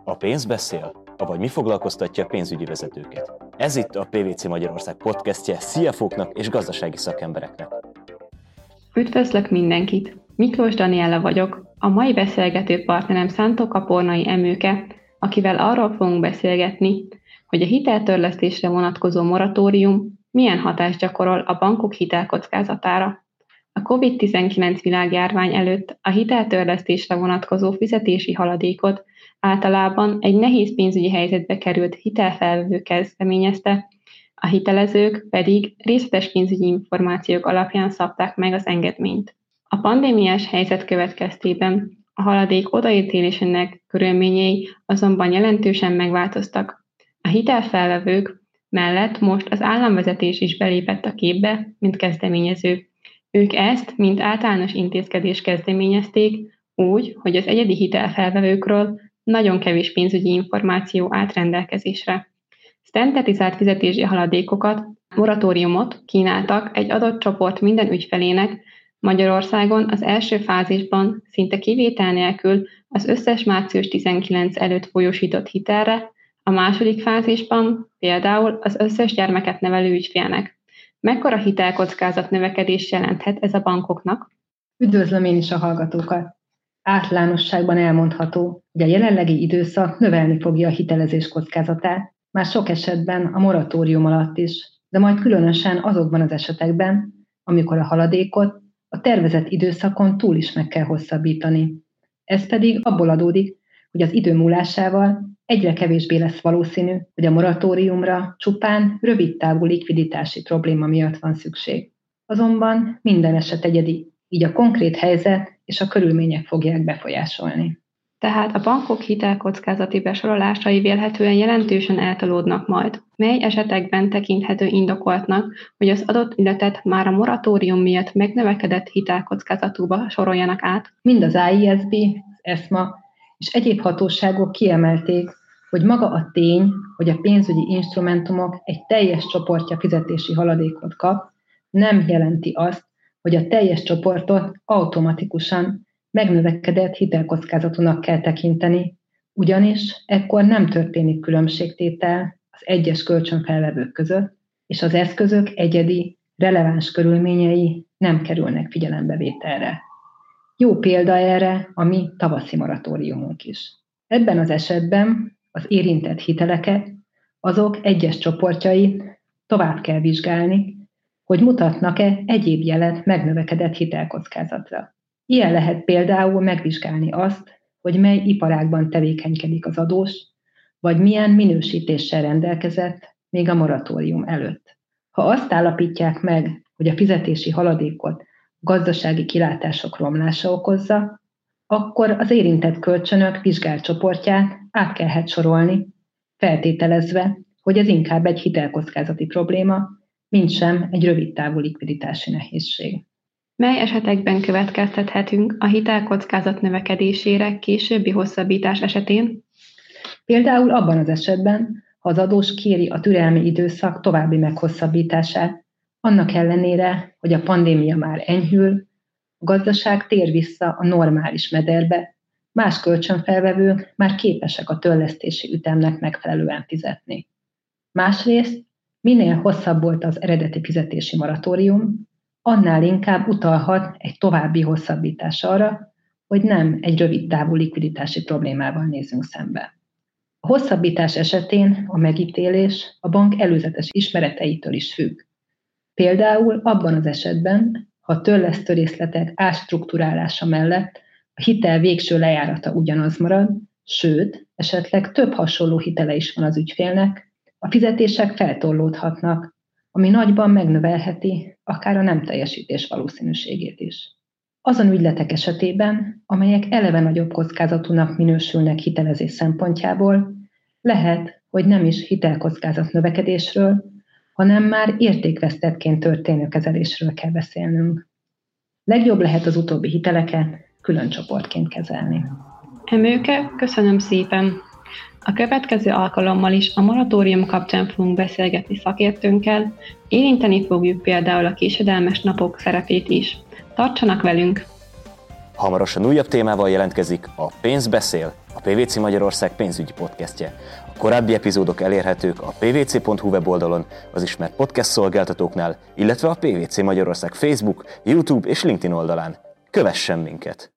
A pénz beszél, avagy mi foglalkoztatja a pénzügyi vezetőket. Ez itt a PVC Magyarország podcastje CFO-knak és gazdasági szakembereknek. Üdvözlök mindenkit! Miklós Daniella vagyok, a mai beszélgető partnerem Szántó Kapornai Emőke, akivel arról fogunk beszélgetni, hogy a hiteltörlesztésre vonatkozó moratórium milyen hatást gyakorol a bankok hitelkockázatára. A COVID-19 világjárvány előtt a hiteltörlesztésre vonatkozó fizetési haladékot általában egy nehéz pénzügyi helyzetbe került hitelfelvevő kezdeményezte, a hitelezők pedig részletes pénzügyi információk alapján szabták meg az engedményt. A pandémiás helyzet következtében a haladék odaítélésének körülményei azonban jelentősen megváltoztak. A hitelfelvevők mellett most az államvezetés is belépett a képbe, mint kezdeményező. Ők ezt, mint általános intézkedést kezdeményezték, úgy, hogy az egyedi hitelfelvevőkről nagyon kevés pénzügyi információ állt rendelkezésre. Standardizált fizetési haladékokat, moratóriumot kínáltak egy adott csoport minden ügyfelének. Magyarországon az első fázisban szinte kivétel nélkül az összes március 19 előtt folyósított hitelre, a második fázisban például az összes gyermeket nevelő ügyfélnek. Mekkora hitelkockázat növekedés jelenthet ez a bankoknak? Üdvözlöm én is a hallgatókat! Általánosságban elmondható, hogy a jelenlegi időszak növelni fogja a hitelezés kockázatát, már sok esetben a moratórium alatt is, de majd különösen azokban az esetekben, amikor a haladékot a tervezett időszakon túl is meg kell hosszabbítani. Ez pedig abból adódik, hogy az idő múlásával egyre kevésbé lesz valószínű, hogy a moratóriumra csupán rövidtávú likviditási probléma miatt van szükség. Azonban minden eset egyedi, így a konkrét helyzet és a körülmények fogják befolyásolni. Tehát a bankok hitelkockázati besorolásai vélhetően jelentősen eltolódnak majd. Mely esetekben tekinthető indokoltnak, hogy az adott ügyletet már a moratórium miatt megnövekedett hitelkockázatúba soroljanak át? Mind az AISB, az ESMA és egyéb hatóságok kiemelték, hogy maga a tény, hogy a pénzügyi instrumentumok egy teljes csoportja fizetési haladékot kap, nem jelenti azt, hogy a teljes csoportot automatikusan megnövekedett hitelkockázatúnak kell tekinteni, ugyanis ekkor nem történik különbségtétel az egyes kölcsönfelvevők között, és az eszközök egyedi, releváns körülményei nem kerülnek figyelembevételre. Jó példa erre a mi tavaszi moratóriumunk is. Ebben az esetben az érintett hiteleket, azok egyes csoportjai tovább kell vizsgálni, hogy mutatnak-e egyéb jelet megnövekedett hitelkockázatra. Ilyen lehet például megvizsgálni azt, hogy mely iparágban tevékenykedik az adós, vagy milyen minősítéssel rendelkezett még a moratórium előtt. Ha azt állapítják meg, hogy a fizetési haladékot gazdasági kilátások romlása okozza, akkor az érintett kölcsönök vizsgált csoportját át kellhet sorolni, feltételezve, hogy ez inkább egy hitelkockázati probléma, mintsem egy rövidtávú likviditási nehézség. Mely esetekben következtethetünk a hitelkockázat növekedésére későbbi hosszabbítás esetén? Például abban az esetben, ha az adós kéri a türelmi időszak további meghosszabbítását, annak ellenére, hogy a pandémia már enyhül, a gazdaság tér vissza a normális mederbe, más kölcsönfelvevők már képesek a törlesztési ütemnek megfelelően fizetni. Másrészt, minél hosszabb volt az eredeti fizetési moratórium, annál inkább utalhat egy további hosszabbítás arra, hogy nem egy rövid távú likviditási problémával nézünk szembe. A hosszabbítás esetén a megítélés a bank előzetes ismereteitől is függ. Például abban az esetben, ha a törlesztő részletek átstrukturálása mellett a hitel végső lejárata ugyanaz marad, sőt, esetleg több hasonló hitele is van az ügyfélnek, a fizetések feltorlódhatnak, ami nagyban megnövelheti akár a nem teljesítés valószínűségét is. Azon ügyletek esetében, amelyek eleve nagyobb kockázatúnak minősülnek hitelezés szempontjából, lehet, hogy nem is hitelkockázat növekedésről, hanem már értékvesztettként történő kezelésről kell beszélnünk. Legjobb lehet az utóbbi hiteleket külön csoportként kezelni. Emőke, köszönöm szépen! A következő alkalommal is a moratórium kapcsán fogunk beszélgetni szakértőnkkel, érinteni fogjuk például a késedelmes napok szerepét is. Tartsanak velünk! Hamarosan újabb témával jelentkezik a Pénz beszél, a PVC Magyarország pénzügyi podcastje. A korábbi epizódok elérhetők a pvc.hu weboldalon, az ismert podcast szolgáltatóknál, illetve a PVC Magyarország Facebook, YouTube és LinkedIn oldalán. Kövessen minket!